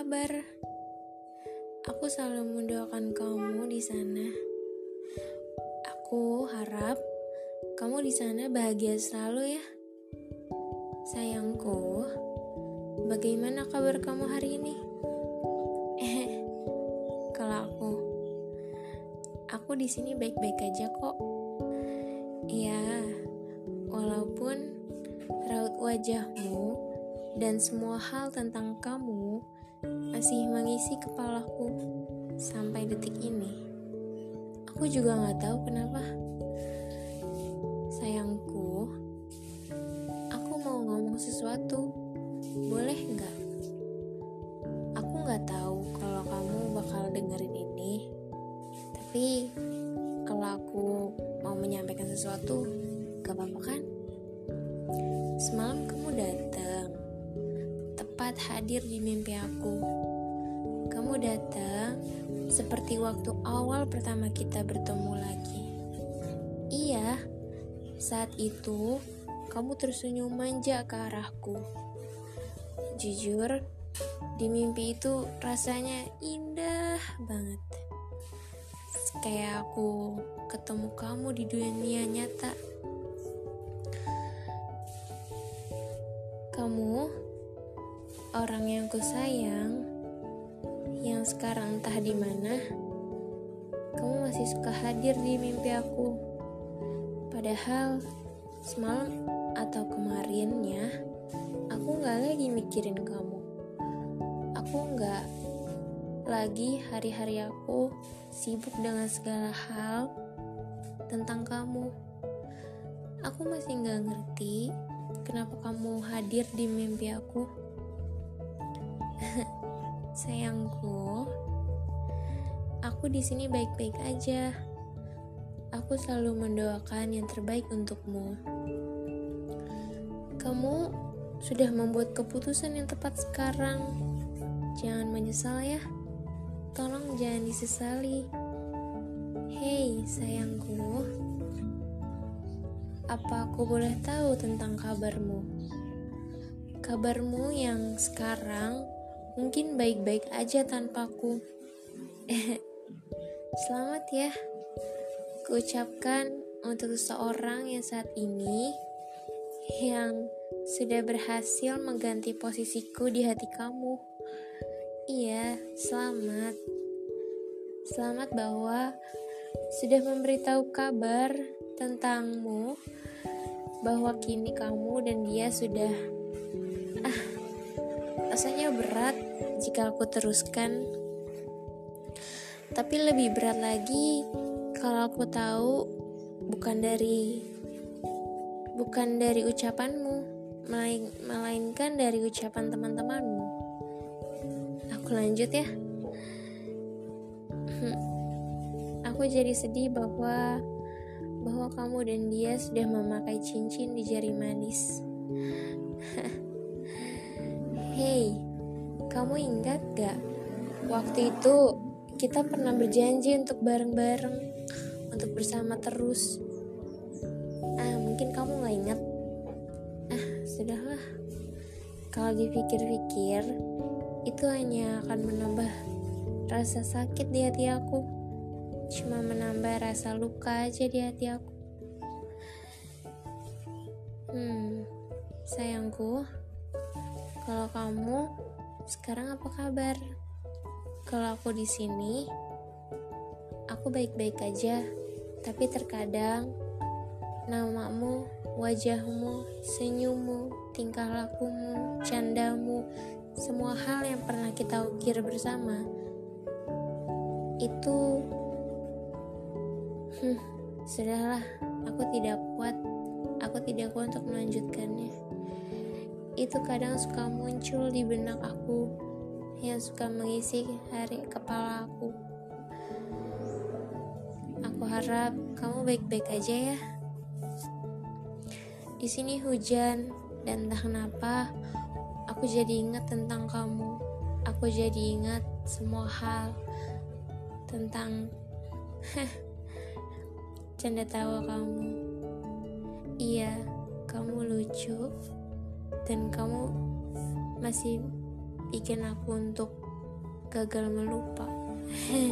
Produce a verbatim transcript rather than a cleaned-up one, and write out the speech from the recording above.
kabar? Aku selalu mendoakan kamu di sana. Aku harap kamu di sana bahagia selalu ya. Sayangku, bagaimana kabar kamu hari ini? Eh, kalau aku, aku di sini baik-baik aja kok. Iya, walaupun raut wajahmu dan semua hal tentang kamu masih mengisi kepalaku sampai detik ini. Aku juga gak tahu kenapa. Sayangku, aku mau ngomong sesuatu. Boleh gak? Aku gak tahu kalau kamu bakal dengerin ini. Tapi kalau aku mau menyampaikan sesuatu, gak apa-apa kan? Semalam kamu datang, tepat hadir di mimpi aku. Kamu datang seperti waktu awal pertama kita bertemu lagi. Iya, saat itu kamu tersenyum manja ke arahku. Jujur, di mimpi itu rasanya indah banget. Kayak aku ketemu kamu di dunia nyata. Kamu orang yang ku sayang, yang sekarang entah di mana. Kamu masih suka hadir di mimpi aku. Padahal semalam atau kemarinnya aku gak lagi mikirin kamu. Aku gak lagi hari-hari aku sibuk dengan segala hal tentang kamu. Aku masih gak ngerti kenapa kamu hadir di mimpi aku. Sayangku, aku di sini baik-baik aja. Aku selalu mendoakan yang terbaik untukmu. Kamu sudah membuat keputusan yang tepat sekarang. Jangan menyesal ya. Tolong jangan disesali. Hei sayangku, apa aku boleh tahu tentang kabarmu? Kabarmu yang sekarang mungkin baik-baik aja tanpaku. Selamat ya. Kuucapkan untuk seseorang yang saat ini yang sudah berhasil mengganti posisiku di hati kamu. Iya, selamat. Selamat bahwa sudah memberitahu kabar tentangmu, bahwa kini kamu dan dia sudah ah rasanya berat jika aku teruskan. Tapi lebih berat lagi kalau aku tahu bukan dari bukan dari ucapanmu, melain, melainkan dari ucapan teman-temanmu. Aku lanjut ya. Aku jadi sedih bahwa bahwa kamu dan dia sudah memakai cincin di jari manis. Hei, kamu ingat gak? Waktu itu kita pernah berjanji untuk bareng-bareng, untuk bersama terus. Ah, mungkin kamu gak ingat. Ah, sudahlah. Kalau dipikir-pikir, itu hanya akan menambah rasa sakit di hati aku. Cuma menambah rasa luka aja di hati aku. Hmm, sayangku, kalau kamu sekarang apa kabar? Kalau aku di sini, aku baik-baik aja. Tapi terkadang namamu, wajahmu, senyummu, tingkah lakumu, candamu, semua hal yang pernah kita ukir bersama itu hmm, sudahlah, aku tidak kuat. Aku tidak kuat untuk melanjutkannya. Itu kadang suka muncul di benak aku, yang suka mengisi hari kepala aku. Aku harap kamu baik-baik aja ya. Di sini hujan dan entah kenapa aku jadi ingat tentang kamu. Aku jadi ingat semua hal tentang canda tawa kamu. Iya, kamu lucu dan kamu masih bikin aku untuk gagal melupa.